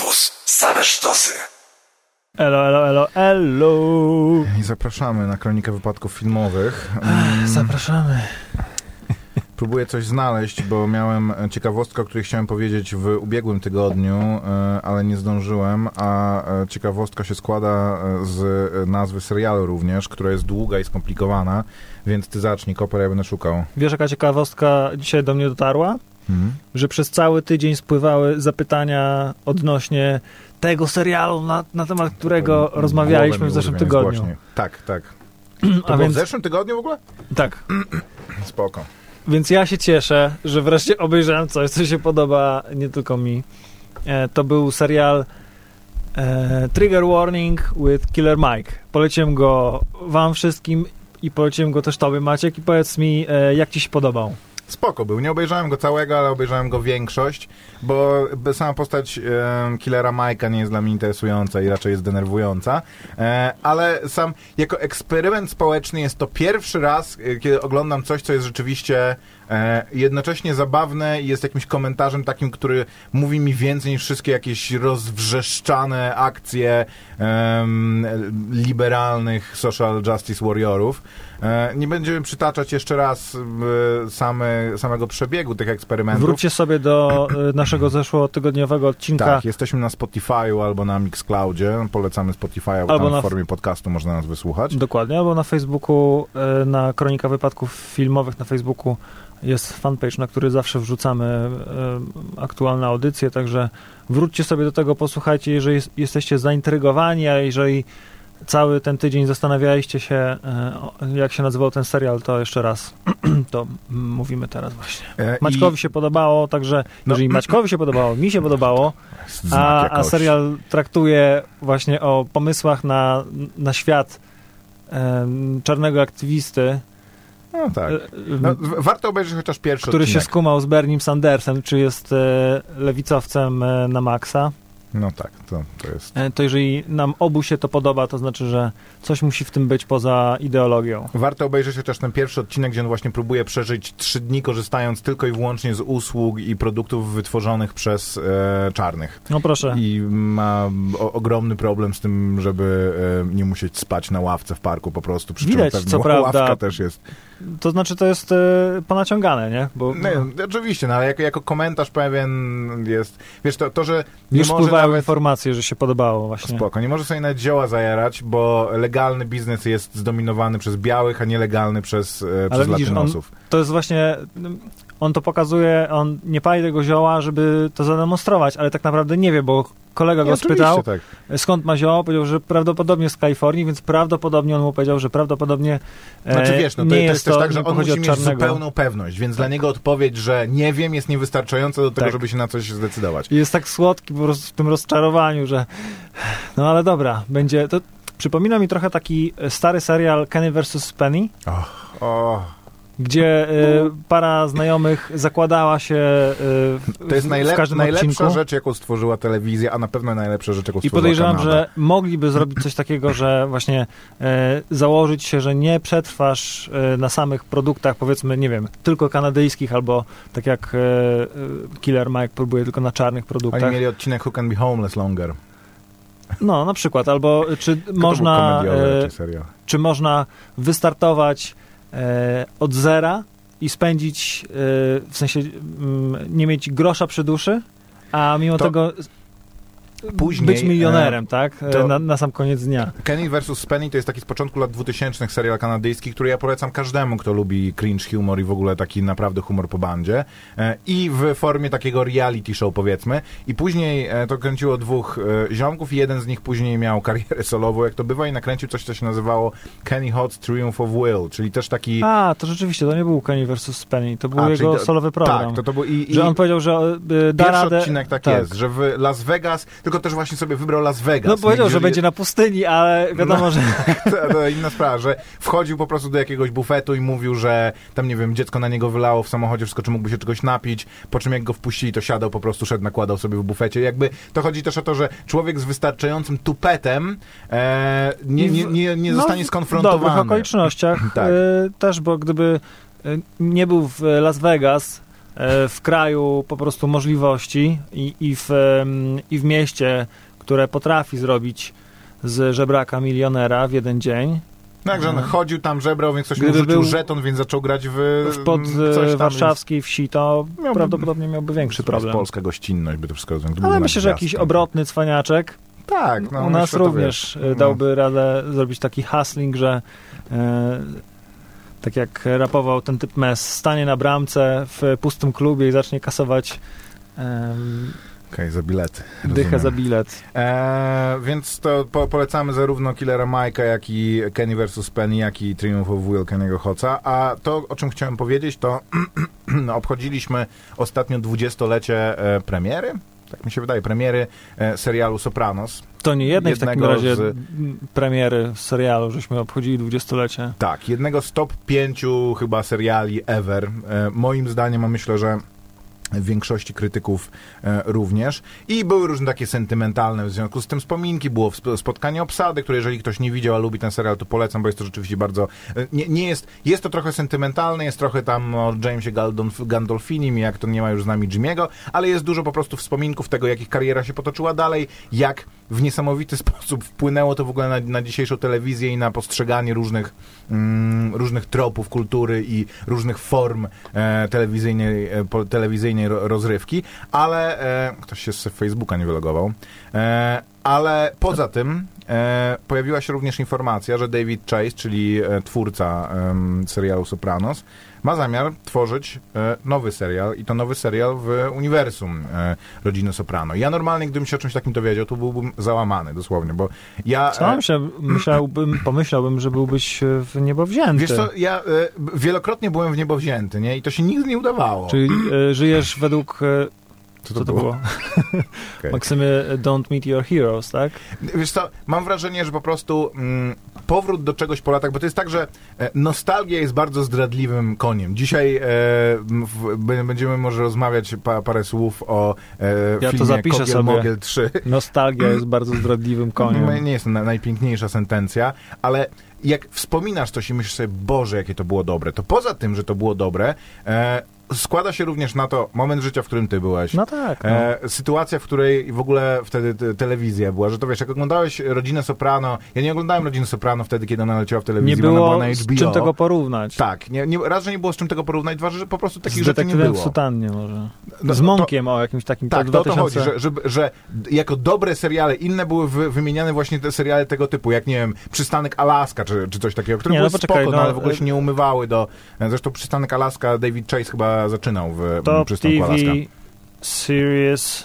Campus. Same sztosy. Elo, elo, elo, elo. I zapraszamy na Kronikę Wypadków Filmowych. Zapraszamy. Próbuję coś znaleźć, bo miałem ciekawostkę, o której chciałem powiedzieć w ubiegłym tygodniu, ale nie zdążyłem, a ciekawostka się składa z nazwy serialu również, która jest długa i skomplikowana, więc ty zacznij, Koper, ja będę szukał. Wiesz, jaka ciekawostka dzisiaj do mnie dotarła? Że przez cały tydzień spływały zapytania odnośnie tego serialu, na temat którego rozmawialiśmy w zeszłym tygodniu. Tak. To A było więc, w zeszłym tygodniu w ogóle? tak. Spoko. Więc ja się cieszę, że wreszcie obejrzałem coś, co się podoba nie tylko mi. To był serial Trigger Warning with Killer Mike. Poleciłem go wam wszystkim i poleciłem go też tobie, Maciek, i powiedz mi, jak ci się podobał. Spoko był. Nie obejrzałem go całego, ale obejrzałem go większość, bo sama postać Killera Mike'a nie jest dla mnie interesująca i raczej jest denerwująca, ale sam jako eksperyment społeczny jest to pierwszy raz, kiedy oglądam coś, co jest rzeczywiście jednocześnie zabawne i jest jakimś komentarzem takim, który mówi mi więcej niż wszystkie jakieś rozwrzeszczane akcje liberalnych social justice warriorów. Nie będziemy przytaczać jeszcze raz samego przebiegu tych eksperymentów. Wróćcie sobie do naszego zeszłotygodniowego odcinka. Tak, jesteśmy na Spotify'u albo na Mixcloudzie. Polecamy Spotify'a, bo tam w formie podcastu można nas wysłuchać. Dokładnie, albo na Facebooku, na Kronika Wypadków Filmowych na Facebooku jest fanpage, na który zawsze wrzucamy aktualne audycje, także wróćcie sobie do tego, posłuchajcie, jeżeli jesteście zaintrygowani, a jeżeli cały ten tydzień zastanawialiście się, jak się nazywał ten serial, to jeszcze raz to mówimy teraz właśnie. Maćkowi się podobało, także jeżeli Maćkowi się podobało, mi się podobało, a serial traktuje właśnie o pomysłach na świat czarnego aktywisty, no tak. Warto obejrzeć chociaż pierwszy który odcinek. się skumał z Bernim Sandersem, czy jest lewicowcem na maksa. No tak, to jest. To jeżeli nam obu się to podoba, to znaczy, że coś musi w tym być poza ideologią. Warto obejrzeć chociaż ten pierwszy odcinek, gdzie on właśnie próbuje przeżyć 3 dni, korzystając tylko i wyłącznie z usług i produktów wytworzonych przez czarnych. No proszę. I ma ogromny problem z tym, żeby nie musieć spać na ławce w parku po prostu. Przy Widać, czym co prawda. Ławka też jest. To znaczy, to jest ponaciągane, nie? Bo, nie, oczywiście, no ale jako komentarz pewien jest. Wiesz, to że nie już może wpływają nawet informacje, że się podobało właśnie. Spoko, nie może sobie nawet zioła zajarać, bo legalny biznes jest zdominowany przez białych, a nielegalny przez latynosów. To jest właśnie, on to pokazuje, on nie pali tego zioła, żeby to zademonstrować, ale tak naprawdę nie wie, bo kolega go spytał, tak. Skąd ma zioło, powiedział, że prawdopodobnie z Kalifornii, więc prawdopodobnie on mu powiedział, że prawdopodobnie znaczy wiesz, no to jest też tak, że on musi mieć zupełną pewność, więc dla niego odpowiedź, że nie wiem, jest niewystarczająca do tego, żeby się na coś zdecydować. I jest tak słodki po prostu w tym rozczarowaniu, że no ale dobra, będzie, to przypomina mi trochę taki stary serial Kenny vs. Penny. Gdzie para znajomych zakładała się to jest w każdym najlepsza odcinku. rzecz, jaką stworzyła telewizja, a na pewno najlepsza rzecz, jaką I stworzyła podejrzewam, Kanada. że mogliby zrobić coś takiego, że właśnie założyć się, że nie przetrwasz na samych produktach, powiedzmy, nie wiem, tylko kanadyjskich, albo tak jak Killer Mike próbuje tylko na czarnych produktach. Oni mieli odcinek Who Can Be Homeless Longer. No, na przykład, albo czy można wystartować od zera i spędzić, w sensie nie mieć grosza przy duszy, a mimo tego później być milionerem, tak? Na sam koniec dnia. Kenny vs. Penny to jest taki z początku lat 2000 serial kanadyjski, który ja polecam każdemu, kto lubi cringe humor i w ogóle taki naprawdę humor po bandzie. I w formie takiego reality show, powiedzmy. I później to kręciło 2 ziomków i jeden z nich później miał karierę solową, jak to bywa, i nakręcił coś, co się nazywało Kenny Hott's Triumph of Will, czyli też taki... to rzeczywiście, to nie był Kenny vs. Penny, to był jego solowy program. Tak, to był że on powiedział, że da radę... Pierwszy odcinek tak jest, że w Las Vegas, tylko też właśnie sobie wybrał Las Vegas. No powiedział, że będzie na pustyni, ale wiadomo, że... To inna sprawa, że wchodził po prostu do jakiegoś bufetu i mówił, że tam, nie wiem, dziecko na niego wylało w samochodzie, wszystko, czy mógłby się czegoś napić, po czym jak go wpuścili, to siadał, po prostu szedł, nakładał sobie w bufecie. Jakby to chodzi też o to, że człowiek z wystarczającym tupetem nie zostanie skonfrontowany. W dobrych okolicznościach tak. też, bo gdyby nie był w Las Vegas, w kraju po prostu możliwości i w mieście, które potrafi zrobić z żebraka milionera w jeden dzień. No jak, że on chodził tam, żebrał, więc ktoś mu rzucił żeton, więc zaczął grać w warszawskiej wsi, to prawdopodobnie miałby większy problem. Polska gościnność by to wszystko rozwiązała. Ale myślę, że jakiś obrotny cwaniaczek tak, no, u nas również dałby radę zrobić taki hustling, że tak jak rapował ten typ Mes, stanie na bramce w pustym klubie i zacznie kasować za bilety. Dychę za bilet. Więc to polecamy zarówno Killera Mike'a, jak i Kenny vs. Penny, jak i Triumph of Will Kenny'ego Hoca. A to, o czym chciałem powiedzieć, to obchodziliśmy ostatnio 20-lecie premiery, tak mi się wydaje, premiery serialu Sopranos. To nie jednej w takim razie premiery serialu, żeśmy obchodzili 20-lecie. Tak, jednego z top 5 chyba seriali ever. Moim zdaniem, a myślę, że w większości krytyków również. I były różne takie sentymentalne w związku z tym wspominki. Było spotkanie obsady, które jeżeli ktoś nie widział, a lubi ten serial, to polecam, bo jest to rzeczywiście bardzo... Jest to trochę sentymentalne, jest trochę tam o Jamesie Gandolfinim, jak to nie ma już z nami Jimmy'ego, ale jest dużo po prostu wspominków tego, jak ich kariera się potoczyła dalej, jak w niesamowity sposób wpłynęło to w ogóle na dzisiejszą telewizję i na postrzeganie różnych tropów kultury i różnych form telewizyjnej rozrywki, ale ktoś się z Facebooka nie wylogował, ale poza tym pojawiła się również informacja, że David Chase, czyli twórca serialu Sopranos, ma zamiar tworzyć nowy serial i to nowy serial w uniwersum rodziny Soprano. Ja normalnie, gdybym się o czymś takim dowiedział, to byłbym załamany, dosłownie, bo ja... Pomyślałbym, że byłbyś w niebo wzięty. Wiesz co, ja wielokrotnie byłem w niebo wzięty, nie? I to się nigdy nie udawało. Czyli żyjesz według... Co to było? Okay. Maksymy Don't Meet Your Heroes, tak? Wiesz co, mam wrażenie, że po prostu powrót do czegoś po latach, bo to jest tak, że nostalgia jest bardzo zdradliwym koniem. Dzisiaj będziemy może rozmawiać parę słów o filmie Kogiel-Mogiel 3. Nostalgia jest bardzo zdradliwym koniem. Nie jest najpiękniejsza sentencja, ale jak wspominasz coś i myślisz sobie, Boże, jakie to było dobre, to poza tym, że to było dobre, składa się również na to moment życia, w którym ty byłeś. No tak. Sytuacja, w której w ogóle wtedy telewizja była, że to wiesz, jak oglądałeś Rodzinę Soprano, ja nie oglądałem Rodziny Soprano wtedy, kiedy ona leciała w telewizji, nie było ona była na HBO. Z czym tego porównać. Tak. Raz, że nie było z czym tego porównać, dwa, że po prostu takich rzeczy nie było. Z Sutannie może. Z Monkiem o jakimś takim... Tak, to o to chodzi, że jako dobre seriale, inne były wymieniane właśnie te seriale tego typu, jak nie wiem, Przystanek Alaska, czy coś takiego, które były spoko, ale w ogóle się nie umywały do... Zresztą Przystanek Alaska, David Chase chyba zaczynał w Przystanku Alaska. TV Series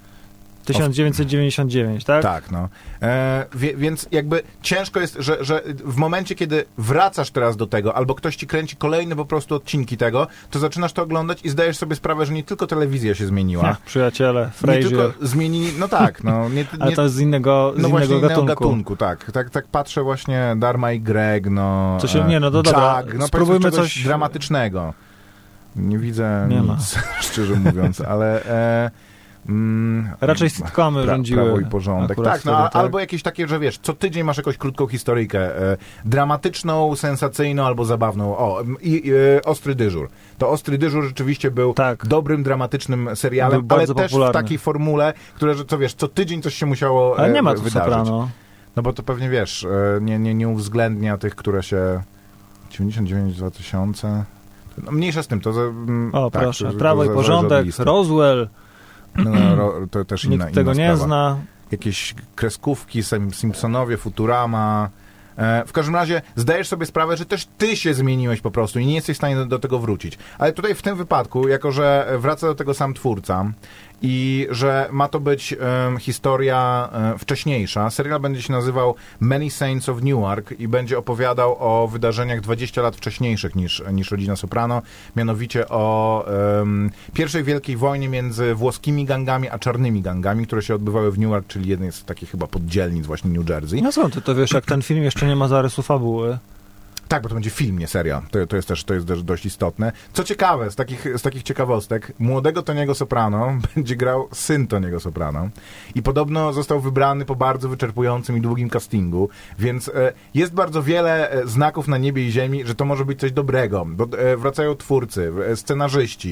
1999, tak? Tak, no. Więc jakby ciężko jest, że w momencie, kiedy wracasz teraz do tego, albo ktoś ci kręci kolejne po prostu odcinki tego, to zaczynasz to oglądać i zdajesz sobie sprawę, że nie tylko telewizja się zmieniła. Przyjaciele, Frasier. Nie tylko zmienili, no tak, no. Ale to jest z innego gatunku. Tak patrzę właśnie, Dharma i Greg, no. Dobra, no spróbujmy coś dramatycznego. Nie widzę nic, szczerze mówiąc, ale... raczej sitcomy rządziły. Prawo i porządek. Tak, tak, albo jakieś takie, że wiesz, co tydzień masz jakąś krótką historyjkę, dramatyczną, sensacyjną albo zabawną. Ostry dyżur. To Ostry dyżur rzeczywiście był dobrym, dramatycznym serialem, ale też popularny. W takiej formule, które, co wiesz, co tydzień coś się musiało ale nie ma tu wydarzyć. Soprano. No bo to pewnie, wiesz, nie uwzględnia tych, które się... 99-2000... No, mniejsza z tym, to... proszę, Prawo i porządek, Roswell... to też nikt tego nie zna. Jakieś kreskówki, Simpsonowie, Futurama. W każdym razie zdajesz sobie sprawę, że też ty się zmieniłeś po prostu i nie jesteś w stanie do tego wrócić. Ale tutaj w tym wypadku, jako że wraca do tego sam twórca i że ma to być historia wcześniejsza, serial będzie się nazywał Many Saints of Newark i będzie opowiadał o wydarzeniach 20 lat wcześniejszych niż Rodzina Soprano, mianowicie o pierwszej wielkiej wojnie między włoskimi gangami a czarnymi gangami, które się odbywały w Newark, czyli jednej z takich chyba poddzielnic właśnie New Jersey. No co, to wiesz, jak ten film jeszcze nie ma zarysu fabuły. Tak, bo to będzie film, nie seria. To jest też dość istotne. Co ciekawe, z takich ciekawostek, młodego Tony'ego Soprano będzie grał syn Tony'ego Soprano i podobno został wybrany po bardzo wyczerpującym i długim castingu, więc jest bardzo wiele znaków na niebie i ziemi, że to może być coś dobrego, bo wracają twórcy, scenarzyści,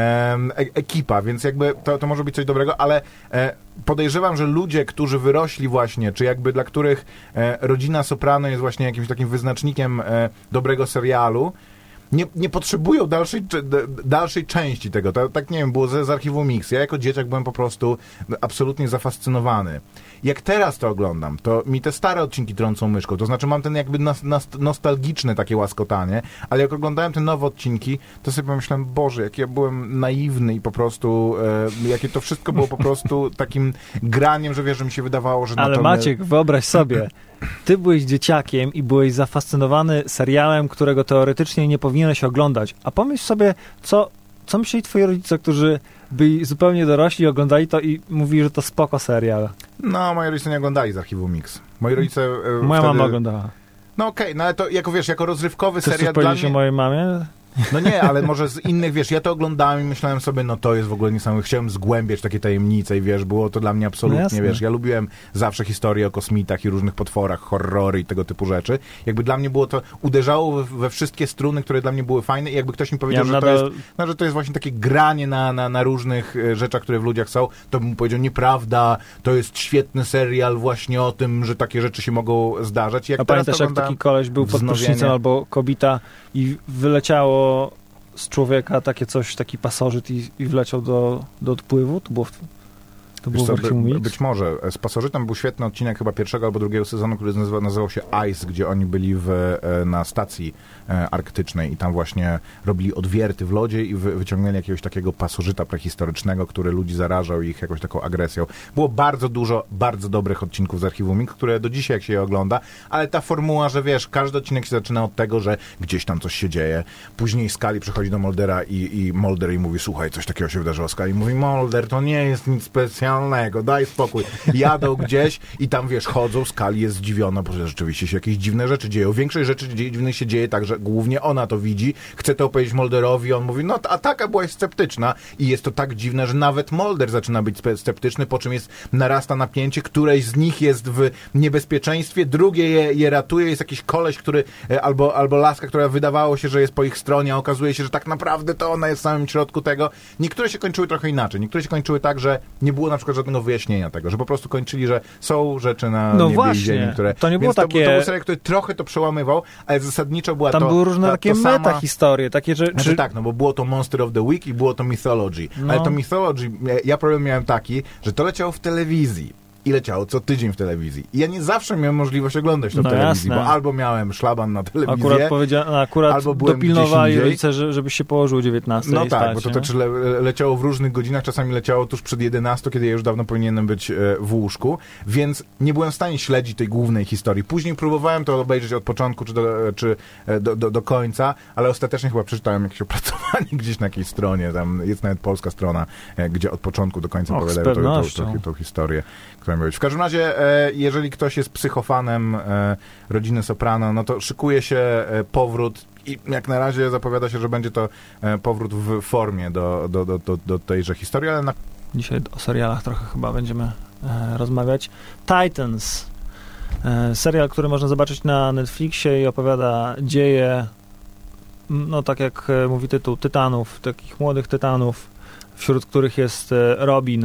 ekipa, więc jakby to może być coś dobrego, ale podejrzewam, że ludzie, którzy wyrośli właśnie, czy jakby dla których rodzina Soprano jest właśnie jakimś takim wyznacznikiem dobrego serialu, nie potrzebują dalszej części tego. Tak nie wiem, było z archiwum Mix. Ja jako dzieciak byłem po prostu absolutnie zafascynowany. Jak teraz to oglądam, to mi te stare odcinki trącą myszką. To znaczy mam ten jakby nostalgiczne takie łaskotanie, ale jak oglądałem te nowe odcinki, to sobie pomyślałem, Boże, jak ja byłem naiwny i po prostu, jakie to wszystko było po prostu takim graniem, że wiesz, że mi się wydawało, że... Ale Maciek, wyobraź sobie, ty byłeś dzieciakiem i byłeś zafascynowany serialem, którego teoretycznie nie powinieneś oglądać. A pomyśl sobie, co myśleli twoi rodzice, którzy by zupełnie dorośli, oglądali to i mówili, że to spoko serial. No, moi rodzice nie oglądali z archiwum Mix. Moi rodzice Moja mama oglądała. No okej, no ale to jako rozrywkowy Chcesz serial dla mnie... o mojej mamie? No nie, ale może z innych, wiesz, ja to oglądałem i myślałem sobie, no to jest w ogóle niesamowite. Chciałem zgłębiać takie tajemnice i wiesz, było to dla mnie absolutnie, no wiesz, ja lubiłem zawsze historie o kosmitach i różnych potworach, horrory i tego typu rzeczy. Jakby dla mnie było to, uderzało we wszystkie struny, które dla mnie były fajne i jakby ktoś mi powiedział, że to jest właśnie takie granie na różnych rzeczach, które w ludziach są, to bym powiedział, nieprawda, to jest świetny serial właśnie o tym, że takie rzeczy się mogą zdarzać. Jak a pamiętasz, jak taki koleś był pod prysznicem albo kobieta i wyleciało z człowieka takie coś, taki pasożyt i wleciał do odpływu? To było w archiwum Mix? Być może. Z pasożytem był świetny odcinek chyba pierwszego albo drugiego sezonu, który nazywał się Ice, gdzie oni byli na stacji arktycznej i tam właśnie robili odwierty w lodzie i wyciągnęli jakiegoś takiego pasożyta prehistorycznego, który ludzi zarażał ich jakąś taką agresją. Było bardzo dużo bardzo dobrych odcinków z archiwum Mix, które do dzisiaj jak się je ogląda, ale ta formuła, że wiesz, każdy odcinek się zaczyna od tego, że gdzieś tam coś się dzieje. Później Scully przychodzi do Muldera i Mulder mówi, słuchaj, coś takiego się wydarzyło. Scully mówi, Mulder, to nie jest nic specjalnego, daj spokój. Jadą gdzieś i tam, wiesz, chodzą, Scully jest zdziwiona, bo rzeczywiście się jakieś dziwne rzeczy dzieją. Większość rzeczy dziwnych się dzieje tak, że głównie ona to widzi, chce to opowiedzieć Mulderowi, on mówi, no a taka byłaś sceptyczna i jest to tak dziwne, że nawet Mulder zaczyna być sceptyczny, po czym narasta napięcie, któreś z nich jest w niebezpieczeństwie, drugie je ratuje, jest jakiś koleś, który, albo laska, która wydawało się, że jest po ich stronie, a okazuje się, że tak naprawdę to ona jest w samym środku tego. Niektóre się kończyły trochę inaczej, niektóre się kończyły tak, że nie było na przykład żadnego wyjaśnienia tego, że po prostu kończyli, że są rzeczy na niebie i ziemi, które... To nie było takie... To był serial, który trochę to przełamywał, ale zasadniczo była tam były różne takie metahistorie, takie rzeczy... Znaczy tak, no bo było to Monster of the Week i było to Mythology. No. Ale to Mythology, ja problem miałem taki, że to leciało w telewizji. I leciało co tydzień w telewizji. I ja nie zawsze miałem możliwość oglądać to w telewizji, bo albo miałem szlaban na telewizję, akurat albo byłem dopilnowali rodzice, żebyś się położył o 19. No tak, bo to też leciało w różnych godzinach, czasami leciało tuż przed 11, kiedy ja już dawno powinienem być w łóżku, więc nie byłem w stanie śledzić tej głównej historii. Później próbowałem to obejrzeć od początku czy do końca, ale ostatecznie chyba przeczytałem jakieś opracowanie gdzieś na jakiejś stronie, tam jest nawet polska strona, gdzie od początku do końca opowiadają tą historię, która miała być. W każdym razie, jeżeli ktoś jest psychofanem rodziny Soprano, no to szykuje się powrót i jak na razie zapowiada się, że będzie to powrót w formie do tejże historii, ale dzisiaj o serialach trochę chyba będziemy rozmawiać. Titans. Serial, który można zobaczyć na Netflixie i opowiada dzieje, no tak jak mówi tytuł, tytanów, takich młodych tytanów, wśród których jest Robin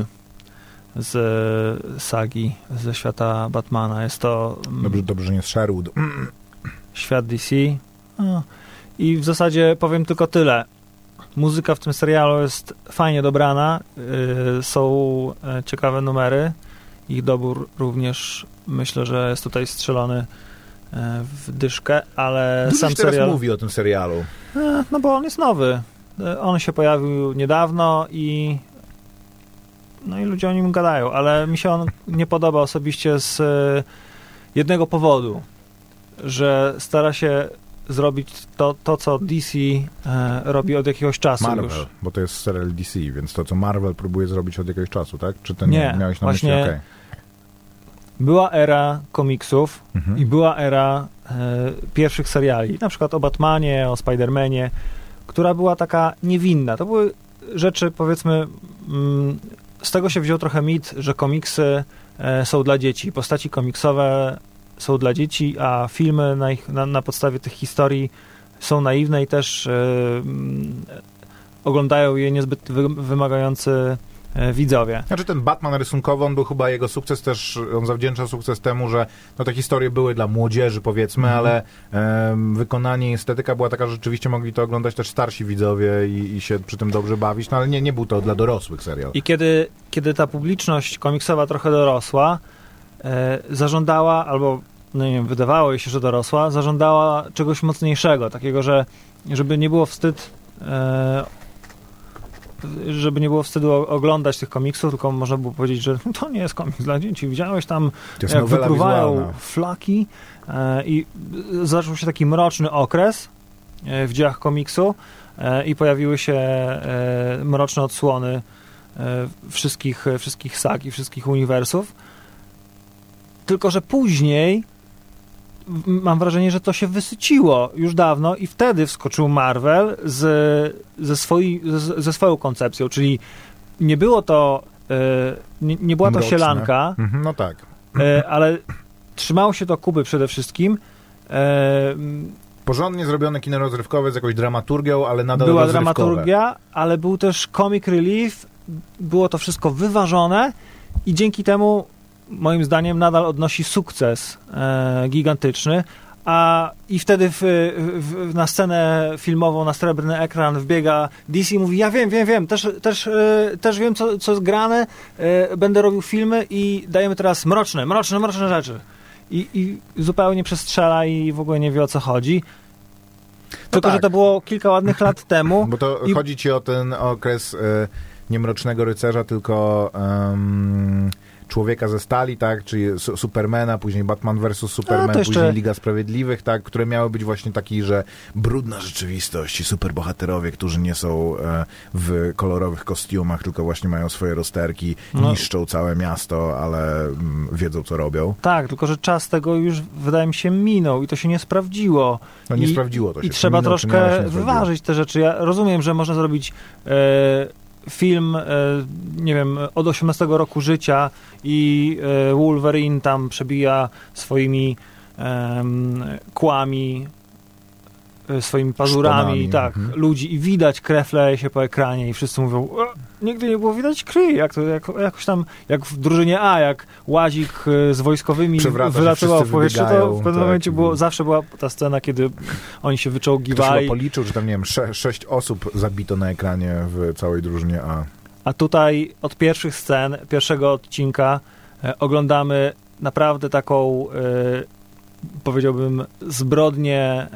z sagi, ze świata Batmana. Jest to... Dobrze, że nie jest Sherwood. Świat DC. No. I w zasadzie powiem tylko tyle. Muzyka w tym serialu jest fajnie dobrana. Są ciekawe numery. Ich dobór również myślę, że jest tutaj strzelony w dyszkę, ale dużo sam się teraz serial... mówi o tym serialu. No bo on jest nowy. On się pojawił niedawno i ludzie o nim gadają, ale mi się on nie podoba osobiście z jednego powodu, że stara się zrobić to co DC robi od jakiegoś czasu. Marvel, już. Bo to jest serial DC, więc to, co Marvel próbuje zrobić od jakiegoś czasu, tak? Czy ty nie miałeś na myśli? Okay. Była era komiksów i była era pierwszych seriali, na przykład o Batmanie, o Spider-Manie, która była taka niewinna. To były rzeczy, powiedzmy, z tego się wziął trochę mit, że komiksy są dla dzieci. Postaci komiksowe są dla dzieci, a filmy na podstawie tych historii są naiwne i też oglądają je niezbyt wymagający widzowie. Znaczy ten Batman rysunkowy, on był chyba jego sukces też, on zawdzięcza sukces temu, że no, te historie były dla młodzieży, powiedzmy, ale wykonanie i estetyka była taka, że rzeczywiście mogli to oglądać też starsi widzowie i się przy tym dobrze bawić, no ale nie był to dla dorosłych serial. I kiedy ta publiczność komiksowa trochę dorosła, zażądała, albo no nie wiem, wydawało jej się, że dorosła, zażądała czegoś mocniejszego, takiego, żeby nie było wstydu oglądać tych komiksów, tylko można było powiedzieć, że to nie jest komiks dla dzieci. Widziałeś tam, jak wypruwają flaki i zaczął się taki mroczny okres w dziejach komiksu i pojawiły się mroczne odsłony wszystkich sag i wszystkich uniwersów. Tylko że później mam wrażenie, że to się wysyciło już dawno i wtedy wskoczył Marvel ze swoją koncepcją, czyli nie było to nie była to sielanka, no tak. ale trzymało się to kupy przede wszystkim. Porządnie zrobione kino rozrywkowe z jakąś dramaturgią, ale nadal była rozrywkowe. Dramaturgia, ale był też comic relief, było to wszystko wyważone i dzięki temu moim zdaniem nadal odnosi sukces gigantyczny, i wtedy na scenę filmową, na srebrny ekran wbiega DC i mówi, ja wiem, też wiem, co jest grane, będę robił filmy i dajemy teraz mroczne rzeczy. I zupełnie przestrzela i w ogóle nie wie, o co chodzi. Tylko, że to było kilka ładnych lat temu. Bo to chodzi ci o ten okres nie Mrocznego Rycerza, tylko Człowieka ze Stali, tak, czyli Supermana, później Batman vs. Superman, później Liga Sprawiedliwych, tak, które miały być właśnie taki, że brudna rzeczywistość i superbohaterowie, którzy nie są w kolorowych kostiumach, tylko właśnie mają swoje rozterki, niszczą całe miasto, ale wiedzą, co robią. Tak, tylko że czas tego już, wydaje mi się, minął i to się nie sprawdziło. No nie sprawdziło to się. I trzeba troszkę wyważyć te rzeczy. Ja rozumiem, że można zrobić film, nie wiem, od 18 roku życia i Wolverine tam przebija swoimi kłami, swoimi pazurami, tak, ludzi i widać krew leje się po ekranie i wszyscy mówią, nigdy nie było widać krwi, jakoś tam, jak w drużynie A, jak Łazik z wojskowymi wylatywał w powietrze, to w pewnym momencie zawsze była ta scena, kiedy oni się wyczołgiwali. Ktoś policzył, że tam, nie wiem, 6 osób zabito na ekranie w całej drużynie A. A tutaj od pierwszych scen, pierwszego odcinka oglądamy naprawdę taką powiedziałbym zbrodnię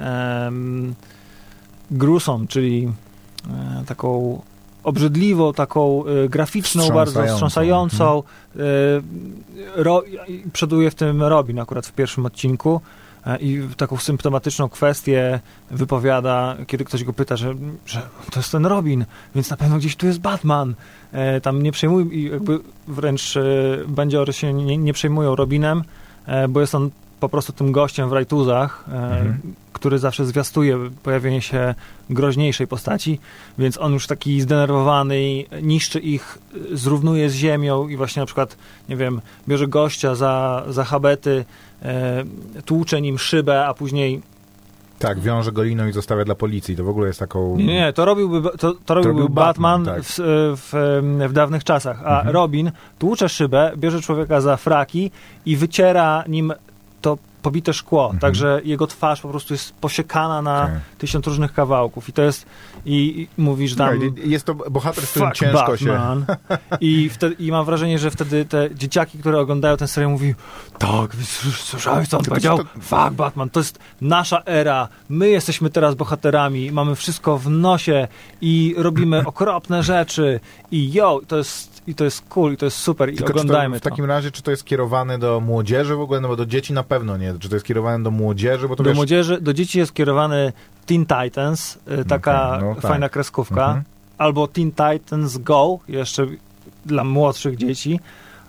grusą, czyli taką obrzydliwą, taką graficzną, bardzo wstrząsającą. Przoduje w tym Robin akurat w pierwszym odcinku i taką symptomatyczną kwestię wypowiada, kiedy ktoś go pyta, że to jest ten Robin, więc na pewno gdzieś tu jest Batman. Tam nie przejmują, jakby wręcz bandziory się nie przejmują Robinem, bo jest on po prostu tym gościem w rajtuzach, który zawsze zwiastuje pojawienie się groźniejszej postaci, więc on już taki zdenerwowany niszczy ich, zrównuje z ziemią i właśnie na przykład, nie wiem, bierze gościa za habety, tłucze nim szybę, a później tak, wiąże go liną i zostawia dla policji. To w ogóle jest taką... Nie, to robiłby Batman tak. w dawnych czasach, a Robin tłucze szybę, bierze człowieka za fraki i wyciera nim to pobite szkło, także jego twarz po prostu jest posiekana na 1000 różnych kawałków i to jest i mówi, że tam jest to bohater, z którym ciężko Batman. I mam wrażenie, że wtedy te dzieciaki, które oglądają ten serial, mówi, tak, słyszałeś, co on powiedział? Fuck Batman, to jest nasza era, my jesteśmy teraz bohaterami, mamy wszystko w nosie i robimy okropne rzeczy i to jest cool, i to jest super i tylko oglądajmy to. W takim razie, czy to jest kierowane do młodzieży w ogóle? No bo do dzieci na pewno nie. Czy to jest kierowane do młodzieży? Bo to do młodzieży, do dzieci jest kierowany Teen Titans, taka fajna kreskówka, albo Teen Titans Go, jeszcze dla młodszych dzieci,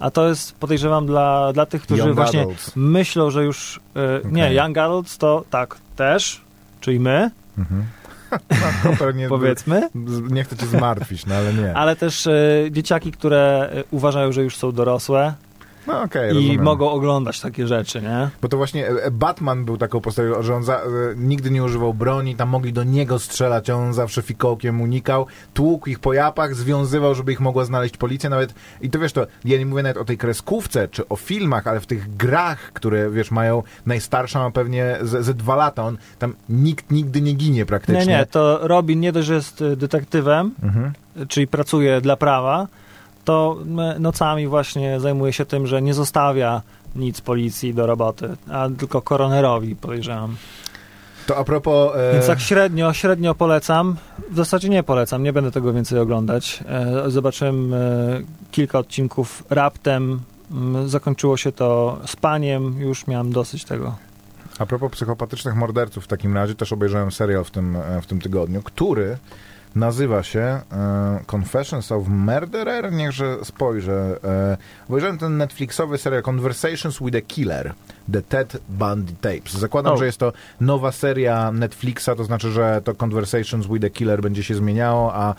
a to jest, podejrzewam, dla tych, którzy Young właśnie adults. myślą, że już... Nie, Young Adults to tak, też, czyli my, No, pewnie powiedzmy. nie chcę cię zmartwić, no ale nie. Ale też dzieciaki, które uważają, że już są dorosłe No okej, i rozumiem. mogą oglądać takie rzeczy, nie? Bo to właśnie Batman był taką postacią, że on nigdy nie używał broni, tam mogli do niego strzelać, a on zawsze fikołkiem unikał, tłukł ich po japach, związywał, żeby ich mogła znaleźć policja nawet. I to wiesz, to ja nie mówię nawet o tej kreskówce, czy o filmach, ale w tych grach, które, wiesz, mają, najstarsza ma pewnie ze 2 lata, on tam nikt nigdy nie ginie praktycznie. Nie, to Robin nie dość, że jest detektywem, czyli pracuje dla prawa, to nocami właśnie zajmuje się tym, że nie zostawia nic policji do roboty, a tylko koronerowi, podejrzewam. To a propos... Więc tak średnio polecam. W zasadzie nie polecam, nie będę tego więcej oglądać. Zobaczyłem kilka odcinków raptem. Zakończyło się to spaniem, już miałem dosyć tego. A propos psychopatycznych morderców w takim razie, też obejrzałem serial w tym tygodniu, który nazywa się Confessions of Murderer. Niechże spojrzę. Obejrzałem ten Netflixowy serial Conversations with a Killer, The Ted Bundy Tapes. Zakładam, że jest to nowa seria Netflixa, to znaczy, że to Conversations with a Killer będzie się zmieniało, a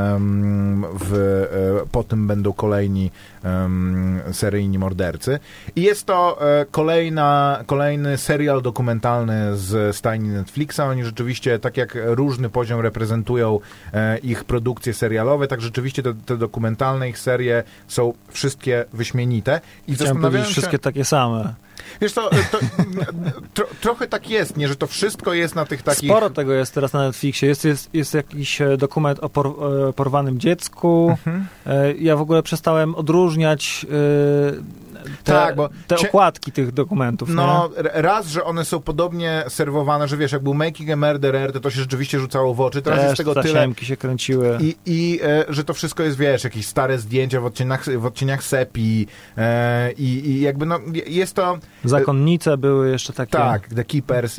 po tym będą kolejni seryjni mordercy. I jest to kolejny serial dokumentalny z stajni Netflixa. Oni rzeczywiście, tak jak różny poziom reprezentują ich produkcje serialowe, tak rzeczywiście te dokumentalne ich serie są wszystkie wyśmienite. I zastanawiałem się... wszystkie takie same. Wiesz co, trochę tak jest, nie, że to wszystko jest na tych takich... Sporo tego jest teraz na Netflixie. Jest jakiś dokument o porwanym dziecku. Ja w ogóle przestałem odróżniać te okładki tych dokumentów. No, raz, że one są podobnie serwowane, że wiesz, jak był Making a Murderer, to się rzeczywiście rzucało w oczy. Teraz też jest tego tyle. tasiemki się kręciły. I że to wszystko jest, wiesz, jakieś stare zdjęcia w odcieniach sepi i jakby, no, jest to... Zakonnice były jeszcze takie. Tak, The Keepers.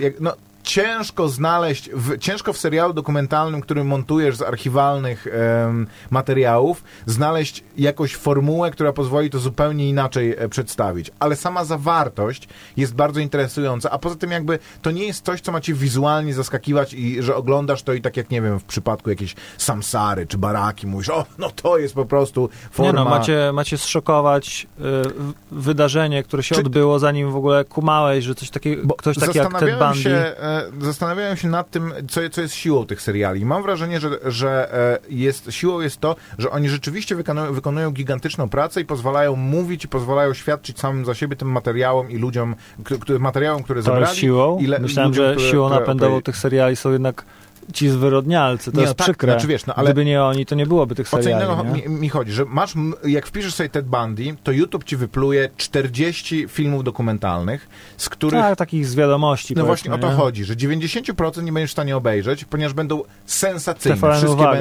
Ciężko w serialu dokumentalnym, który montujesz z archiwalnych materiałów, znaleźć jakąś formułę, która pozwoli to zupełnie inaczej przedstawić. Ale sama zawartość jest bardzo interesująca, a poza tym jakby to nie jest coś, co ma cię wizualnie zaskakiwać i że oglądasz to i tak jak, nie wiem, w przypadku jakiejś Samsary czy Baraki mówisz, o, no to jest po prostu forma... Nie no, macie zszokować wydarzenie, które się odbyło, zanim w ogóle kumałeś, że coś takiego, ktoś taki jak Ted Bundy... Zastanawiałem się nad tym, co jest siłą tych seriali. Mam wrażenie, że siłą jest to, że oni rzeczywiście wykonują gigantyczną pracę i pozwalają mówić i pozwalają świadczyć samym za siebie tym materiałom i ludziom, które zebrali. To jest siłą? Myślałem, że siłą napędową tych seriali są jednak ci zwyrodnialcy. To jest przykre. Znaczy, wiesz, ale gdyby nie oni, to nie byłoby tych seriali. O co innego mi chodzi, że jak wpiszesz sobie Ted Bundy, to YouTube ci wypluje 40 filmów dokumentalnych, z których... Tak, takich z wiadomości. No właśnie o to chodzi, że 90% nie będziesz w stanie obejrzeć, ponieważ będą sensacyjne.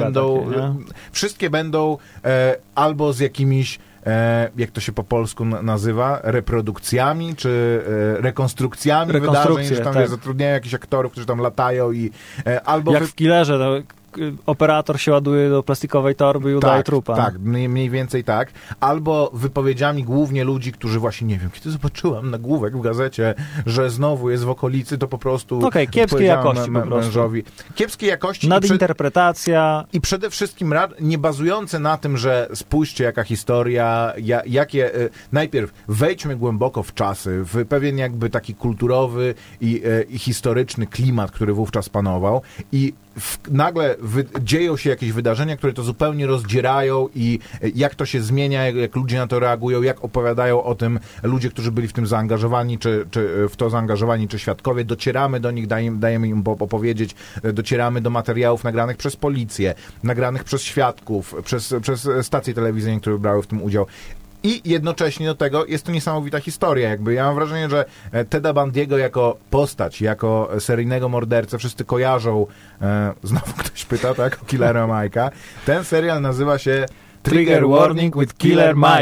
Wszystkie będą albo z jakimiś jak to się po polsku nazywa, reprodukcjami, czy rekonstrukcjami wydarzeń, że tam zatrudniają jakichś aktorów, którzy tam latają i albo... Jak w Killerze, no, operator się ładuje do plastikowej torby i udaje trupa. Tak, mniej więcej tak. Albo wypowiedziami głównie ludzi, którzy właśnie, nie wiem, kiedy zobaczyłam nagłówek w gazecie, że znowu jest w okolicy, to po prostu... kiepskiej jakości po prostu. Mężowi. Kiepskiej jakości. Nadinterpretacja. I przede wszystkim nie bazujące na tym, że spójrzcie jaka historia, najpierw wejdźmy głęboko w czasy, w pewien jakby taki kulturowy i historyczny klimat, który wówczas panował i nagle dzieją się jakieś wydarzenia, które to zupełnie rozdzierają i jak to się zmienia, jak ludzie na to reagują, jak opowiadają o tym ludzie, którzy byli w tym zaangażowani, czy w to zaangażowani, czy świadkowie, docieramy do nich, dajemy im opowiedzieć, docieramy do materiałów nagranych przez policję, nagranych przez świadków, przez stacje telewizyjne, które brały w tym udział. I jednocześnie do tego jest to niesamowita historia. Jakby ja mam wrażenie, że Teda Bundy'ego jako postać, jako seryjnego mordercę wszyscy kojarzą, znowu ktoś pyta, tak, o Killera Mike'a. Ten serial nazywa się Trigger Warning with Killer Mike.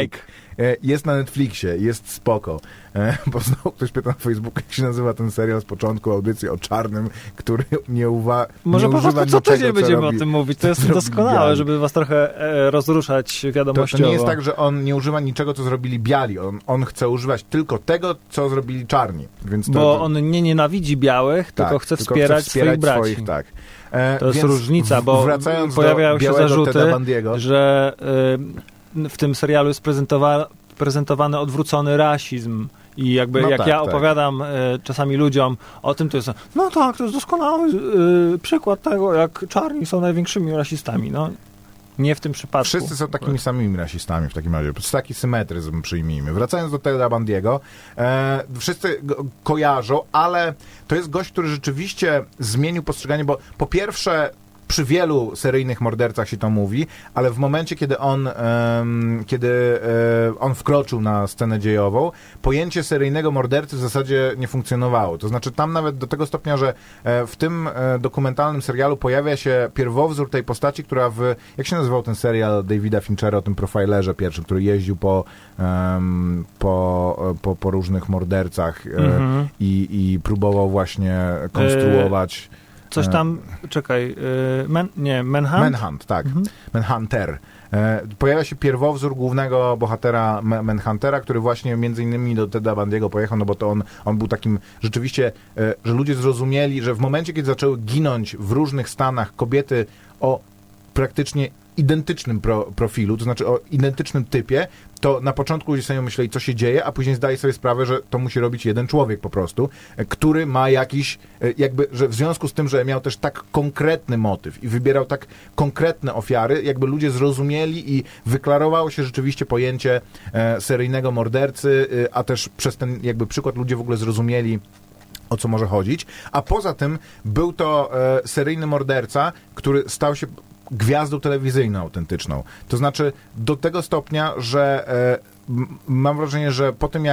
jest na Netflixie, jest spoko. Bo znowu ktoś pyta na Facebooku, jak się nazywa ten serial z początku audycji o czarnym, który nie używa co tydzień będziemy o tym mówić. To jest doskonałe, żeby was trochę rozruszać wiadomościowo. To nie jest tak, że on nie używa niczego, co zrobili biali. On chce używać tylko tego, co zrobili czarni. Więc bo on nie niewidzi białych, tylko chce wspierać swoich braci. To jest różnica, bo pojawiają się zarzuty, że w tym serialu jest prezentowany odwrócony rasizm. I jakby ja opowiadam czasami ludziom o tym, to jest to jest doskonały przykład tego, jak czarni są największymi rasistami. No, nie w tym przypadku. Wszyscy są takimi samymi rasistami w takim razie. Taki symetryzm przyjmijmy. Wracając do Teda Bundy'ego, wszyscy go kojarzą, ale to jest gość, który rzeczywiście zmienił postrzeganie, bo po pierwsze przy wielu seryjnych mordercach się to mówi, ale w momencie, kiedy on wkroczył na scenę dziejową, pojęcie seryjnego mordercy w zasadzie nie funkcjonowało. To znaczy tam nawet do tego stopnia, że w tym dokumentalnym serialu pojawia się pierwowzór tej postaci, która jak się nazywał ten serial Davida Finchera o tym profilerze pierwszym, który jeździł po różnych mordercach i próbował właśnie konstruować coś tam, czekaj, Manhunt? Manhunt, tak. Manhunter. Pojawia się pierwowzór głównego bohatera Manhuntera, który właśnie między innymi do Teda Bundy'ego pojechał, no bo to on był takim rzeczywiście, że ludzie zrozumieli, że w momencie, kiedy zaczęły ginąć w różnych stanach kobiety o praktycznie identycznym profilu, to znaczy o identycznym typie, to na początku ludzie sobie myśleli, co się dzieje, a później zdaje sobie sprawę, że to musi robić jeden człowiek po prostu, który ma jakiś, że w związku z tym, że miał też tak konkretny motyw i wybierał tak konkretne ofiary, jakby ludzie zrozumieli i wyklarowało się rzeczywiście pojęcie seryjnego mordercy, a też przez ten jakby przykład ludzie w ogóle zrozumieli, o co może chodzić. A poza tym był to seryjny morderca, który stał się gwiazdą telewizyjną autentyczną. To znaczy do tego stopnia, że mam wrażenie, że po tym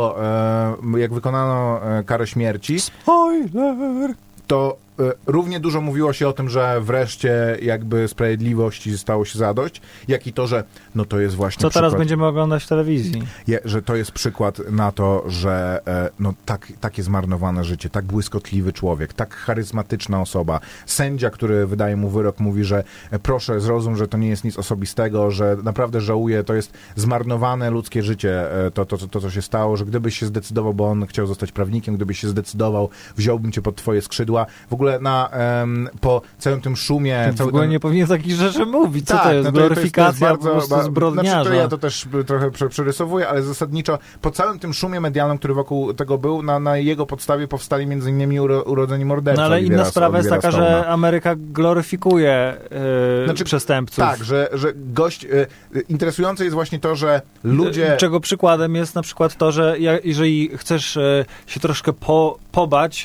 jak wykonano karę śmierci, spoiler, to równie dużo mówiło się o tym, że wreszcie jakby sprawiedliwości stało się zadość, jak i to, że to jest właśnie co teraz będziemy oglądać w telewizji. Że to jest przykład na to, że takie zmarnowane życie, tak błyskotliwy człowiek, tak charyzmatyczna osoba. Sędzia, który wydaje mu wyrok, mówi, że proszę zrozum, że to nie jest nic osobistego, że naprawdę żałuje, to jest zmarnowane ludzkie życie, to co się stało, że gdybyś się zdecydował, bo on chciał zostać prawnikiem, gdybyś się zdecydował, wziąłbym cię pod twoje skrzydła. W ogóle po całym tym szumie... W ogóle nie powinien takich rzeczy mówić. Co to jest? Gloryfikacja po prostu zbrodniarza. Znaczy, ja to też trochę przerysowuję, ale zasadniczo po całym tym szumie medialnym, który wokół tego był, na jego podstawie powstali między innymi Urodzeni mordercy. No ale inna sprawa jest taka, że Ameryka gloryfikuje przestępców. Tak, że gość... interesujące jest właśnie to, że ludzie... Czego przykładem jest na przykład to, że jeżeli chcesz się troszkę pobać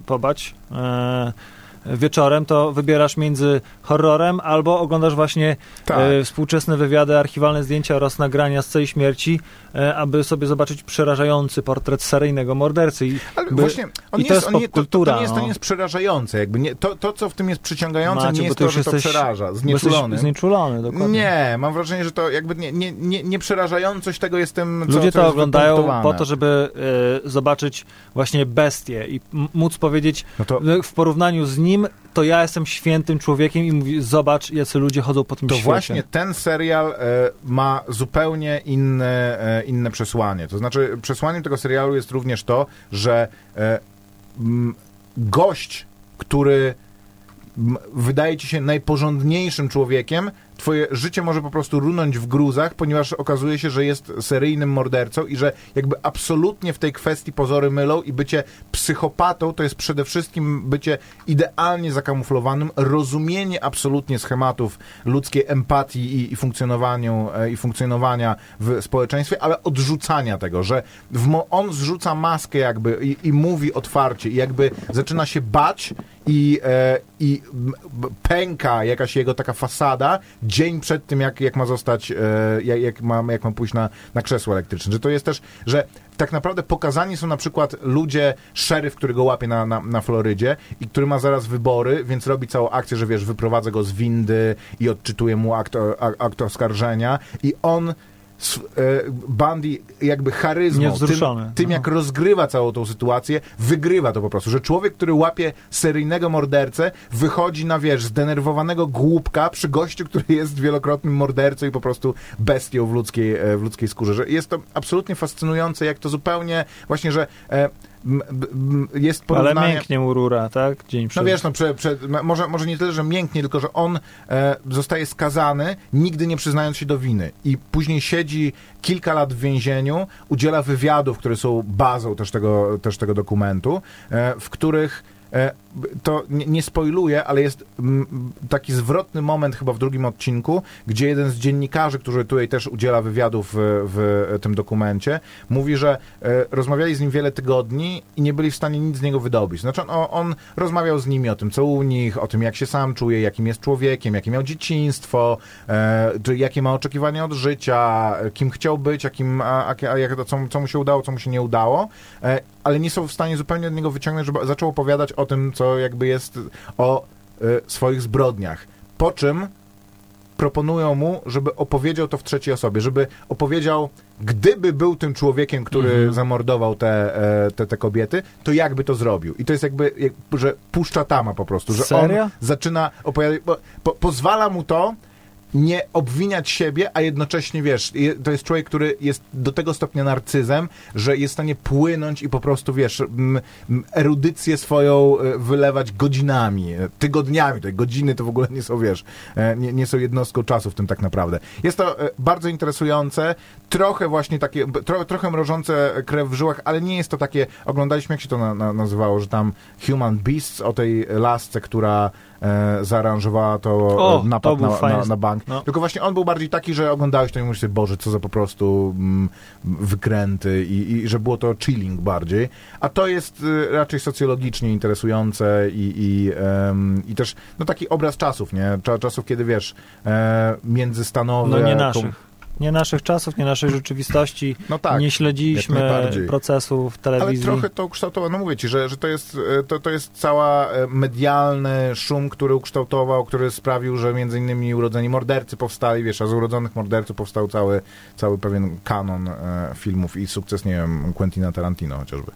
wieczorem, to wybierasz między horrorem albo oglądasz właśnie współczesne wywiady, archiwalne zdjęcia oraz nagrania z całej śmierci, aby sobie zobaczyć przerażający portret seryjnego mordercy. Ale właśnie to nie jest przerażające. Jakby nie, to, co w tym jest przyciągające, nie jest to, że to przeraża. Znieczulony, dokładnie. Nie, mam wrażenie, że to jakby nie przerażającość tego jest tym, co ludzie to oglądają po to, żeby zobaczyć właśnie bestię i móc powiedzieć w porównaniu z nim, to ja jestem świętym człowiekiem i mówi, zobacz, jacy ludzie chodzą po tym świecie. To właśnie ten serial ma zupełnie inne przesłanie. To znaczy, przesłaniem tego serialu jest również to, że gość, wydaje ci się najporządniejszym człowiekiem, twoje życie może po prostu runąć w gruzach, ponieważ okazuje się, że jest seryjnym mordercą i że jakby absolutnie w tej kwestii pozory mylą i bycie psychopatą to jest przede wszystkim bycie idealnie zakamuflowanym, rozumienie absolutnie schematów ludzkiej empatii i funkcjonowania w społeczeństwie, ale odrzucania tego, że on zrzuca maskę jakby i mówi otwarcie i jakby zaczyna się bać i pęka jakaś jego taka fasada dzień przed tym, jak ma zostać, jak ma pójść na krzesło elektryczne. Że to jest też, że tak naprawdę pokazani są na przykład ludzie, szeryf, który go łapie na Florydzie i który ma zaraz wybory, więc robi całą akcję, że wyprowadza go z windy i odczytuje mu akt oskarżenia i on Bundy jakby charyzmą, tym jak rozgrywa całą tą sytuację, wygrywa to po prostu, że człowiek, który łapie seryjnego mordercę, wychodzi na, zdenerwowanego głupka przy gościu, który jest wielokrotnym mordercą i po prostu bestią w ludzkiej skórze. Że jest to absolutnie fascynujące, jak to zupełnie właśnie, że jest porównanie... Ale mięknie mu rura, tak? Dzień przed. Może nie tyle, że mięknie, tylko że on zostaje skazany, nigdy nie przyznając się do winy. I później siedzi kilka lat w więzieniu, udziela wywiadów, które są bazą też tego dokumentu, w których to nie spoiluję, ale jest taki zwrotny moment chyba w drugim odcinku, gdzie jeden z dziennikarzy, który tutaj też udziela wywiadów w tym dokumencie, mówi, że rozmawiali z nim wiele tygodni i nie byli w stanie nic z niego wydobyć. Znaczy on rozmawiał z nimi o tym, co u nich, o tym, jak się sam czuje, jakim jest człowiekiem, jakie miał dzieciństwo, jakie ma oczekiwania od życia, kim chciał być, co mu się udało, co mu się nie udało, ale nie są w stanie zupełnie od niego wyciągnąć, żeby zaczął opowiadać o tym, co jakby jest o swoich zbrodniach. Po czym proponują mu, żeby opowiedział to w trzeciej osobie, żeby opowiedział, gdyby był tym człowiekiem, który zamordował te kobiety, to jakby to zrobił. I to jest jakby że puszcza tama po prostu, że Serio? on zaczyna opowiadać, pozwala mu to nie obwiniać siebie, a jednocześnie, to jest człowiek, który jest do tego stopnia narcyzem, że jest w stanie płynąć i po prostu, erudycję swoją wylewać godzinami, tygodniami. Te godziny to w ogóle nie są, nie są jednostką czasu w tym tak naprawdę. Jest to bardzo interesujące, trochę właśnie takie, trochę mrożące krew w żyłach, ale nie jest to takie, oglądaliśmy, jak się to nazywało, że tam Human Beasts, o tej lasce, która zaaranżowała napad na bank. No. Tylko właśnie on był bardziej taki, że oglądałeś to i mówisz sobie, Boże, co za po prostu wykręty i że było to chilling bardziej. A to jest raczej socjologicznie interesujące i też taki obraz czasów, nie? Czasów, kiedy międzystanowe... No nie naszych. Nie naszych czasów, nie naszej rzeczywistości. No tak, nie śledziliśmy procesów telewizji. Ale trochę to ukształtowało. No mówię ci, że to jest cała medialny szum, który ukształtował, który sprawił, że między innymi Urodzeni Mordercy powstali, a z Urodzonych Morderców powstał cały pewien kanon filmów i sukces, nie wiem, Quentina Tarantino chociażby.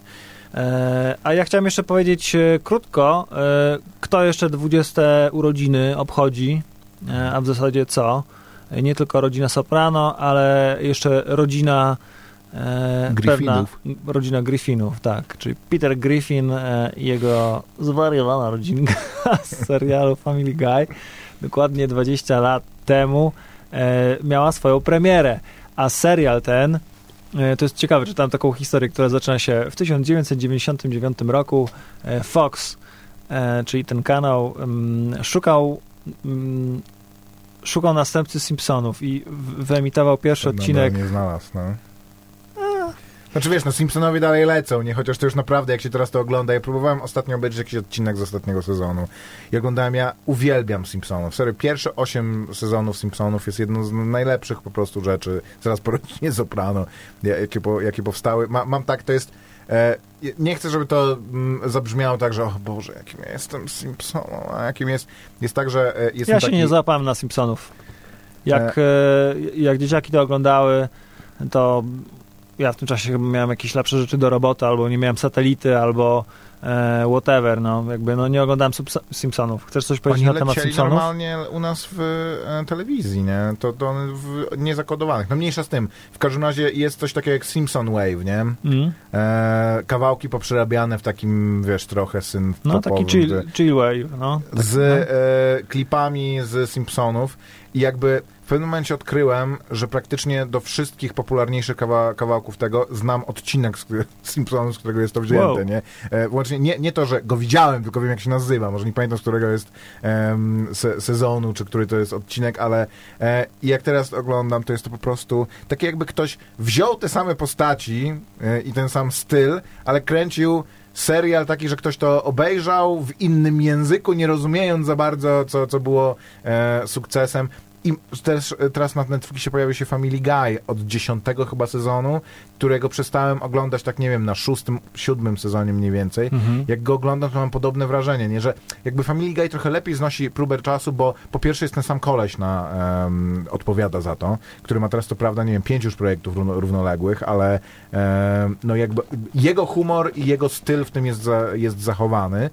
A ja chciałem jeszcze powiedzieć krótko, kto jeszcze 20 urodziny obchodzi, a w zasadzie co? Nie tylko rodzina Soprano, ale jeszcze rodzina Griffinów. Rodzina Griffinów, tak. Czyli Peter Griffin i jego zwariowana rodzinka z serialu Family Guy dokładnie 20 lat temu miała swoją premierę. A serial ten, to jest ciekawe, czytałem taką historię, która zaczyna się w 1999 roku. Fox, czyli ten kanał, szukał następcy Simpsonów i wyemitował pierwszy odcinek. Nie znalazł, no. Znaczy Simpsonowie dalej lecą, nie? Chociaż to już naprawdę, jak się teraz to ogląda, ja próbowałem ostatnio obejrzeć jakiś odcinek z ostatniego sezonu i oglądałem, ja uwielbiam Simpsonów. Serio, pierwsze 8 sezonów Simpsonów jest jedną z najlepszych po prostu rzeczy, zaraz po rodzinie Soprano, jakie powstały. Mam tak, to jest... nie chcę, żeby to zabrzmiało tak, że o Boże, jakim ja jestem Simpsonem, a jakim jest tak, że jestem ja się nie załapałem na Simpsonów. Jak dzieciaki to oglądały, to ja w tym czasie chyba miałem jakieś lepsze rzeczy do roboty, albo nie miałem satelity, albo whatever, nie oglądałem Simpsonów. Chcesz coś powiedzieć na temat Simpsonów? Normalnie u nas w telewizji, nie? To w niezakodowanych. No mniejsza z tym. W każdym razie jest coś takiego jak Simpson Wave, nie? Kawałki poprzerabiane w takim, trochę synth-popowym. No taki chill wave, no. Tak, z klipami z Simpsonów i jakby w pewnym momencie odkryłem, że praktycznie do wszystkich popularniejszych kawałków tego znam odcinek z Simpsonów, z którego jest to wzięte, wow. Nie? Łącznie nie to, że go widziałem, tylko wiem, jak się nazywa. Może nie pamiętam, z którego jest sezonu, czy który to jest odcinek, ale jak teraz oglądam, to jest to po prostu takie, jakby ktoś wziął te same postaci i ten sam styl, ale kręcił serial taki, że ktoś to obejrzał w innym języku, nie rozumiejąc za bardzo, co było sukcesem. I też teraz na Netflixie pojawił się Family Guy od 10 chyba sezonu, którego przestałem oglądać, tak nie wiem, na 6., 7. sezonie mniej więcej. Jak go oglądam, to mam podobne wrażenie, nie? Że jakby Family Guy trochę lepiej znosi próbę czasu, bo po pierwsze jest ten sam koleś odpowiada za to, który ma teraz to prawda, nie wiem, 5 już projektów równoległych, ale no jakby jego humor i jego styl w tym jest zachowany.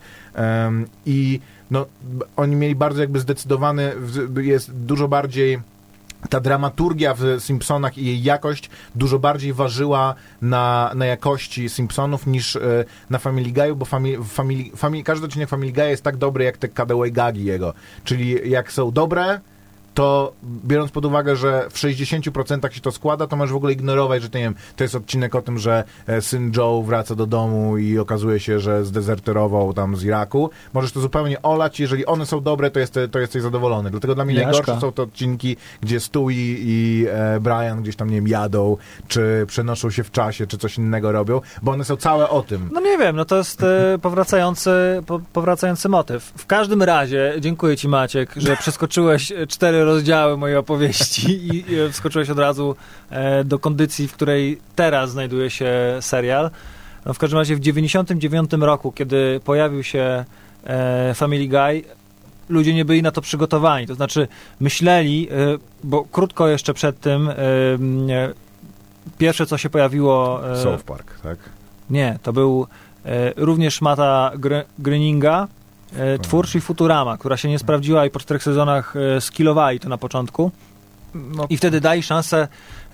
I no, oni mieli bardzo jakby zdecydowany, jest dużo bardziej ta dramaturgia w Simpsonach i jej jakość dużo bardziej ważyła na jakości Simpsonów niż na Family Guy'u, bo każdy odcinek Family Guy jest tak dobry jak te cutaway gagi jego, czyli jak są dobre, to biorąc pod uwagę, że w 60% się to składa, to możesz w ogóle ignorować, że to jest odcinek o tym, że syn Joe wraca do domu i okazuje się, że zdezerterował tam z Iraku. Możesz to zupełnie olać, jeżeli one są dobre, to jesteś zadowolony. Dlatego dla mnie najgorsze są te odcinki, gdzie Stewie i Brian gdzieś tam, nie wiem, jadą, czy przenoszą się w czasie, czy coś innego robią, bo one są całe o tym. No nie wiem, no to jest powracający motyw. W każdym razie, dziękuję ci, Maciek, że przeskoczyłeś 4 rozdziały mojej opowieści i wskoczyłeś od razu do kondycji, w której teraz znajduje się serial. No w każdym razie w 99 roku, kiedy pojawił się Family Guy, ludzie nie byli na to przygotowani. To znaczy myśleli, bo krótko jeszcze przed tym pierwsze, co się pojawiło... South Park, tak? Nie, to był również Matta Groeninga, twórczy Futurama, która się nie sprawdziła i po 4 sezonach skillowali to na początku. No. I wtedy dali szansę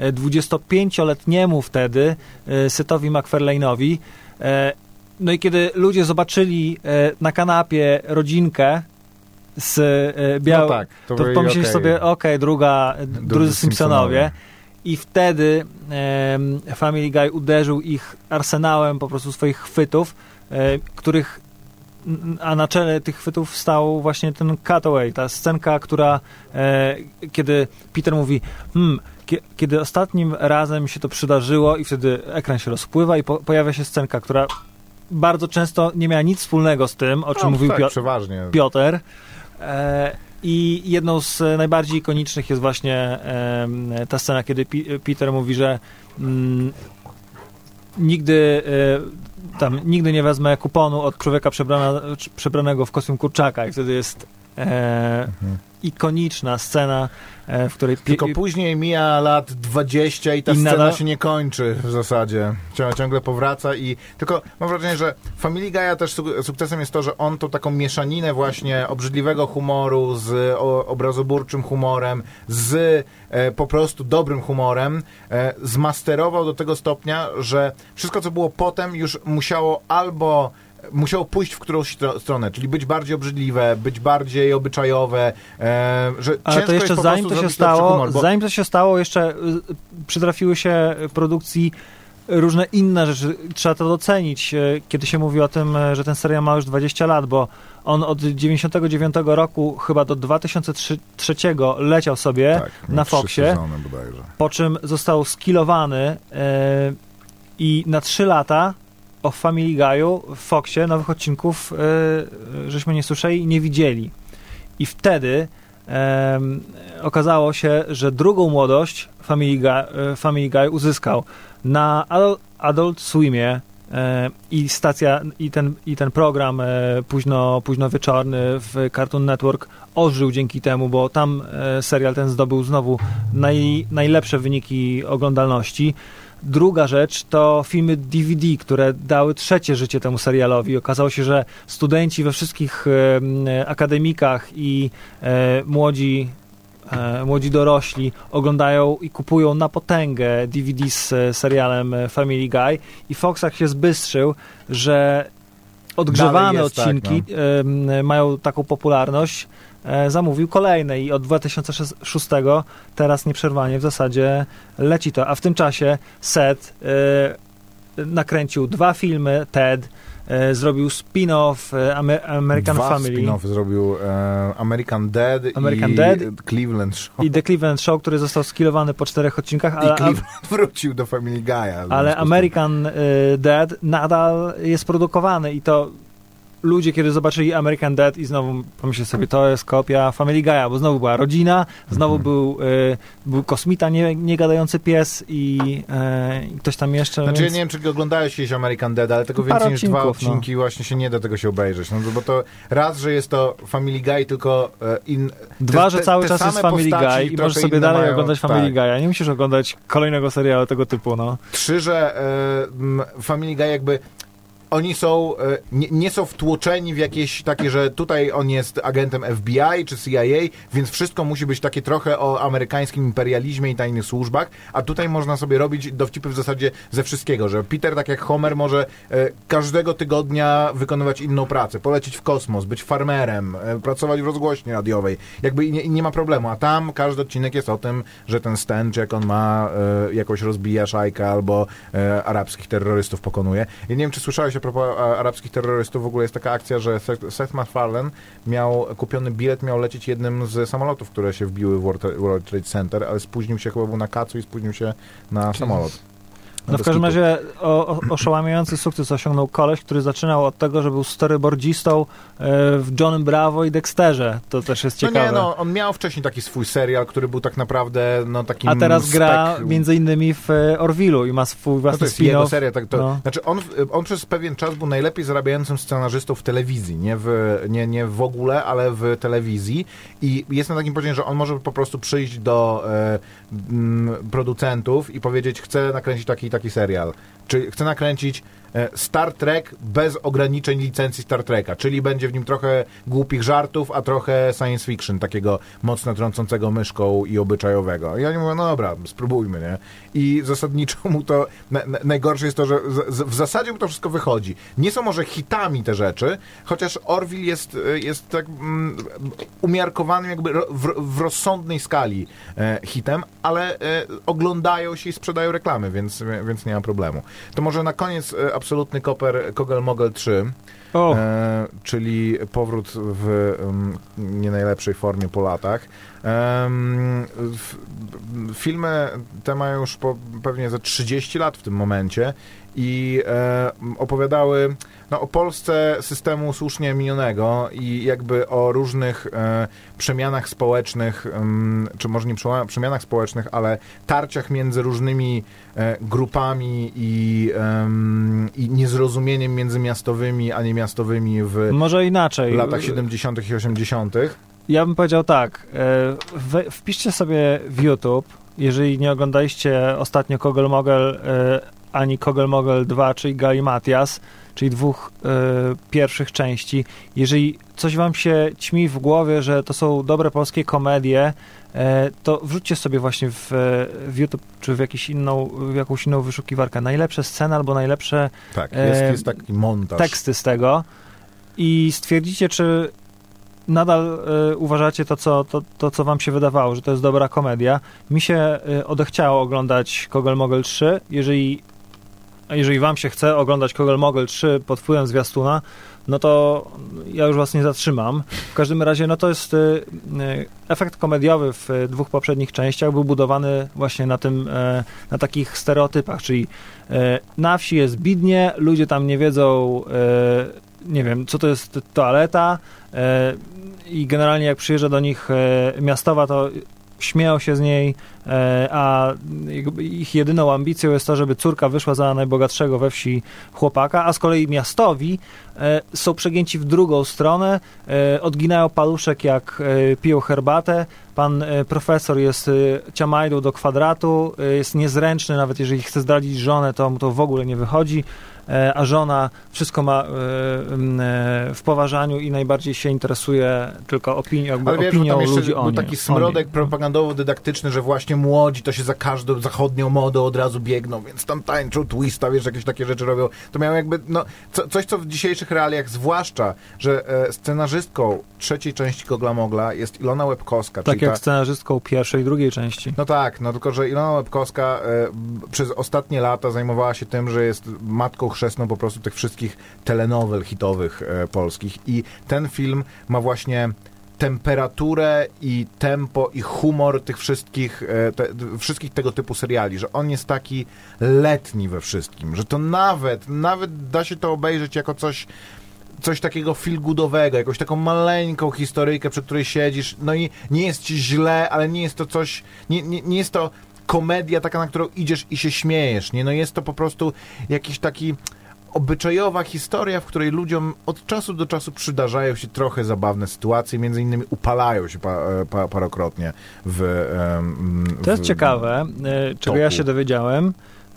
25-letniemu wtedy Sethowi MacFarlane'owi. No i kiedy ludzie zobaczyli na kanapie rodzinkę z białą, no tak, to pomyśleli sobie, drudzy Simpsonowie. I wtedy Family Guy uderzył ich arsenałem po prostu swoich chwytów, a na czele tych chwytów stał właśnie ten cutaway, ta scenka, która kiedy Peter mówi kiedy ostatnim razem się to przydarzyło i wtedy ekran się rozpływa i pojawia się scenka, która bardzo często nie miała nic wspólnego z tym, o czym mówił Piotr. I jedną z najbardziej ikonicznych jest właśnie ta scena, kiedy Peter mówi, że nigdy nie wezmę kuponu od człowieka przebranego w kostium kurczaka i wtedy jest ikoniczna scena, w której... Tylko później mija lat 20 i ta scena się nie kończy w zasadzie. Ciągle powraca i... Tylko mam wrażenie, że Family Guy'a też sukcesem jest to, że on tą taką mieszaninę właśnie obrzydliwego humoru z obrazoburczym humorem, z po prostu dobrym humorem zmasterował do tego stopnia, że wszystko, co było potem, już musiało pójść w którąś stronę, czyli być bardziej obrzydliwe, być bardziej obyczajowe, że ale to jeszcze zanim to się stało, jeszcze przytrafiły się w produkcji różne inne rzeczy. Trzeba to docenić, kiedy się mówi o tym, że ten serial ma już 20 lat, bo on od 99 roku chyba do 2003 leciał sobie na Foxie, po czym został skillowany i na 3 lata o Family Guy'u w Foxie nowych odcinków żeśmy nie słyszeli i nie widzieli. I wtedy okazało się, że drugą młodość Family Guy uzyskał. Na Adult Swimie i stacja, i ten program późno wieczorny w Cartoon Network ożył dzięki temu, bo tam serial ten zdobył znowu najlepsze wyniki oglądalności. Druga rzecz to filmy DVD, które dały trzecie życie temu serialowi. Okazało się, że studenci we wszystkich akademikach i młodzi dorośli oglądają i kupują na potęgę DVD z serialem Family Guy i Fox się zbystrzył, że odgrzewane odcinki mają taką popularność, zamówił kolejne i od 2006 teraz nieprzerwanie w zasadzie leci to, a w tym czasie Seth nakręcił 2 filmy, Ted, zrobił spin-off American Family. 2 spin-offy zrobił American Dad Cleveland Show. I The Cleveland Show, który został skillowany po 4 odcinkach. I Cleveland wrócił do Family Guy'a. Ale American Dad nadal jest produkowany i to ludzie, kiedy zobaczyli American Dad i znowu pomyśleli sobie, to jest kopia Family Guy'a, bo znowu była rodzina, znowu był kosmita, nie gadający pies i ktoś tam jeszcze. Znaczy więc... ja nie wiem, czy oglądałeś kiedyś American Dad, ale tego więcej niż 2 odcinki właśnie się nie da tego się obejrzeć. No bo to raz, że jest to Family Guy, tylko Dwa, że cały czas jest Family Guy i możesz sobie dalej oglądać Family Guy'a. Nie musisz oglądać kolejnego serialu tego typu, no. 3, że Family Guy jakby oni są, nie są wtłoczeni w jakieś takie, że tutaj on jest agentem FBI czy CIA, więc wszystko musi być takie trochę o amerykańskim imperializmie i tajnych służbach, a tutaj można sobie robić dowcipy w zasadzie ze wszystkiego, że Peter, tak jak Homer, może każdego tygodnia wykonywać inną pracę, polecieć w kosmos, być farmerem, pracować w rozgłośni radiowej, jakby nie ma problemu, a tam każdy odcinek jest o tym, że ten Stan, czy jak on ma, jakoś rozbija szajkę albo arabskich terrorystów pokonuje. Ja nie wiem, czy słyszałeś a propos arabskich terrorystów, w ogóle jest taka akcja, że Seth MacFarlane miał kupiony bilet, miał lecieć jednym z samolotów, które się wbiły w World Trade Center, ale spóźnił się, chyba był na kacu i spóźnił się na samolot. No w każdym razie oszałamiający sukces osiągnął koleś, który zaczynał od tego, że był storyboardzistą w Johnnym Bravo i Dexterze. To też jest ciekawe. No nie, on miał wcześniej taki swój serial, który był tak naprawdę takim a teraz gra między innymi w Orville'u i ma swój własny to jest jego seria. Znaczy on przez pewien czas był najlepiej zarabiającym scenarzystą w telewizji. Nie w ogóle, ale w telewizji. I jest na takim poziomie, że on może po prostu przyjść do producentów i powiedzieć, chcę nakręcić taki serial. Czy chcę nakręcić Star Trek bez ograniczeń licencji Star Treka, czyli będzie w nim trochę głupich żartów, a trochę science fiction, takiego mocno trącącego myszką i obyczajowego. I oni mówią, no dobra, spróbujmy, nie? I zasadniczo mu to, najgorsze jest to, że w zasadzie mu to wszystko wychodzi. Nie są może hitami te rzeczy, chociaż Orville jest tak umiarkowanym jakby w rozsądnej skali hitem, ale oglądają się i sprzedają reklamy, więc nie ma problemu. To może na koniec absolutny koper Kogel Mogel 3, czyli powrót w nie najlepszej formie po latach. Filmy te mają już pewnie za 30 lat w tym momencie i opowiadały o Polsce systemu słusznie minionego i jakby o różnych przemianach społecznych, czy może nie przemianach społecznych, ale tarciach między różnymi grupami i niezrozumieniem między miastowymi a niemiastowymi w może inaczej. latach 70. i 80. Ja bym powiedział tak, wpiszcie sobie w YouTube, jeżeli nie oglądaliście ostatnio Kogel Mogel ani Kogel Mogel 2, czyli Galimatias, czyli 2 pierwszych części. Jeżeli coś wam się ćmi w głowie, że to są dobre polskie komedie, to wrzućcie sobie właśnie w YouTube czy w jakąś inną wyszukiwarkę najlepsze sceny albo najlepsze jest taki montaż. Teksty z tego i stwierdzicie, czy nadal uważacie to, co wam się wydawało, że to jest dobra komedia. Mi się odechciało oglądać Kogel Mogel 3. Jeżeli wam się chce oglądać Kogel Mogel 3 pod wpływem zwiastuna, no to ja już was nie zatrzymam. W każdym razie, no to jest efekt komediowy w 2 poprzednich częściach był budowany właśnie na takich stereotypach, czyli na wsi jest bidnie, ludzie tam nie wiedzą, nie wiem, co to jest toaleta i generalnie jak przyjeżdża do nich miastowa, to śmieją się z niej, a ich jedyną ambicją jest to, żeby córka wyszła za najbogatszego we wsi chłopaka, a z kolei miastowi są przegięci w drugą stronę, odginają paluszek jak piją herbatę, pan profesor jest ciamajdą do kwadratu, jest niezręczny, nawet jeżeli chce zdradzić żonę, to mu to w ogóle nie wychodzi, a żona wszystko ma w poważaniu i najbardziej się interesuje tylko opinią ludzi o niej. Był taki smrodek propagandowo-dydaktyczny, że właśnie młodzi to się za każdą zachodnią modą od razu biegną, więc tam tańczą twista, wiesz, jakieś takie rzeczy robią. To miało jakby, coś, co w dzisiejszych realiach, zwłaszcza, że scenarzystką 3. części Kogla Mogla jest Ilona Łebkowska. Tak jak scenarzystką 1. i 2. części. No tak, tylko że Ilona Łebkowska przez ostatnie lata zajmowała się tym, że jest matką chrzestną po prostu tych wszystkich telenowel hitowych polskich i ten film ma właśnie temperaturę i tempo i humor tych wszystkich tego typu seriali, że on jest taki letni we wszystkim, że to nawet da się to obejrzeć jako coś coś takiego feel-goodowego, jakąś taką maleńką historyjkę, przy której siedzisz, no i nie jest ci źle, ale nie jest to coś, nie jest to komedia taka, na którą idziesz i się śmiejesz, nie? No jest to po prostu jakiś taki obyczajowa historia, w której ludziom od czasu do czasu przydarzają się trochę zabawne sytuacje, między innymi upalają się parokrotnie To jest ciekawe, czego ja się dowiedziałem,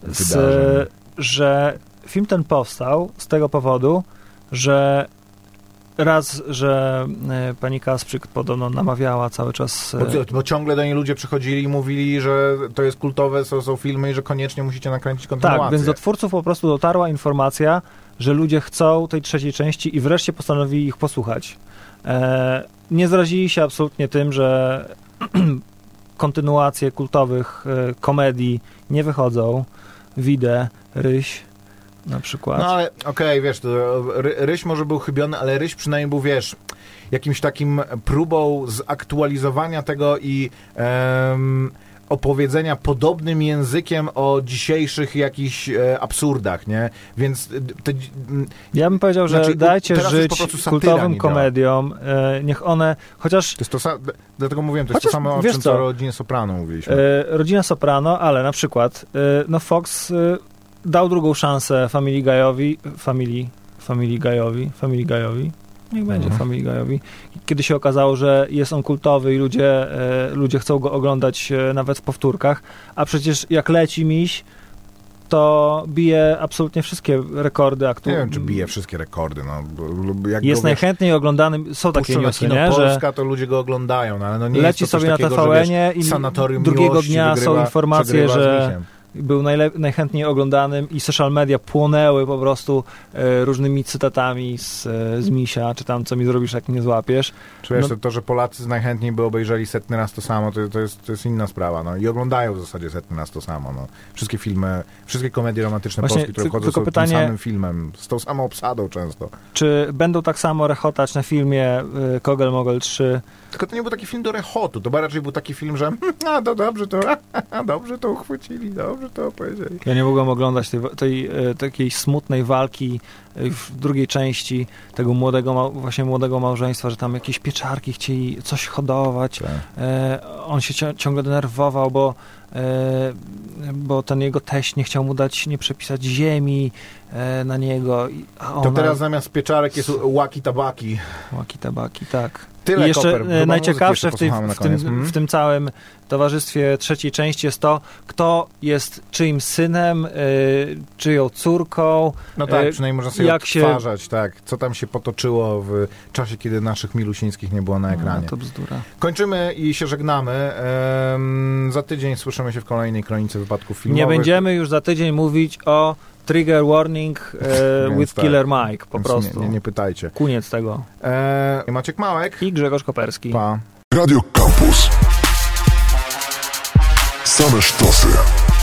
że film ten powstał z tego powodu, że pani Kasprzyk podobno namawiała cały czas... Bo ciągle do niej ludzie przychodzili i mówili, że to jest kultowe, są filmy i że koniecznie musicie nakręcić kontynuację. Tak, więc do twórców po prostu dotarła informacja, że ludzie chcą tej trzeciej części i wreszcie postanowili ich posłuchać. Nie zrazili się absolutnie tym, że kontynuacje kultowych komedii nie wychodzą. Widzę, Ryś na przykład. No ale okej, wiesz, to Ryś może był chybiony, ale Ryś przynajmniej był, wiesz, jakimś takim próbą zaktualizowania tego i opowiedzenia podobnym językiem o dzisiejszych jakichś absurdach, nie? Więc ja bym powiedział, że dajcie żyć kultowym komediom, niech one, chociaż... To jest dlatego mówiłem, to jest to samo, o czym co o Rodzinie Soprano mówiliśmy. Rodzina Soprano, ale na przykład no Fox dał drugą szansę Family Guy'owi, niech będzie Family Guy'owi, kiedy się okazało, że jest on kultowy i ludzie chcą go oglądać nawet w powtórkach, a przecież jak leci miś, to bije absolutnie wszystkie rekordy Nie wiem, czy bije wszystkie rekordy. No, jak jest najchętniej oglądanym, są takie newsy, nie? Polska, że to ludzie go oglądają, no, ale no nie leci jest to sobie na takiego, TVN-ie i drugiego dnia są informacje, że był najchętniej oglądanym i social media płonęły po prostu różnymi cytatami z Misia, czy tam co mi zrobisz, jak nie złapiesz. Czy wiesz, to, że Polacy najchętniej by obejrzeli setny raz to samo, to jest inna sprawa. No. I oglądają w zasadzie setny raz to samo. No. Wszystkie filmy, wszystkie komedie romantyczne właśnie, polskie, które wchodzą, są tym samym filmem, z tą samą obsadą często. Czy będą tak samo rechotać na filmie Kogel Mogel 3? Tylko to nie był taki film do rechotu, to raczej był taki film, że dobrze to uchwycili, dobrze to opowiedzieli. Ja nie mogłem oglądać tej takiej smutnej walki w drugiej części tego młodego małżeństwa, że tam jakieś pieczarki chcieli coś hodować. Tak. On się ciągle denerwował, bo ten jego teść nie chciał mu nie przepisać ziemi na niego. To teraz zamiast pieczarek jest łaki tabaki. Łaki tabaki, tak. Tyle, i jeszcze Koper, najciekawsze w tym całym towarzystwie trzeciej części jest to, kto jest czyim synem, czyją córką. No tak, przynajmniej można sobie odtwarzać, tak, co tam się potoczyło w czasie, kiedy naszych Milusińskich nie było na ekranie. No, to bzdura. Kończymy i się żegnamy. Za tydzień słyszymy się w kolejnej kronice wypadków filmowych. Nie będziemy już za tydzień mówić o Trigger Warning with Killer Mike, po prostu. Nie pytajcie. Koniec tego. Maciek Małek i Grzegorz Koperski. Pa. Radio Campus. Same sztosy.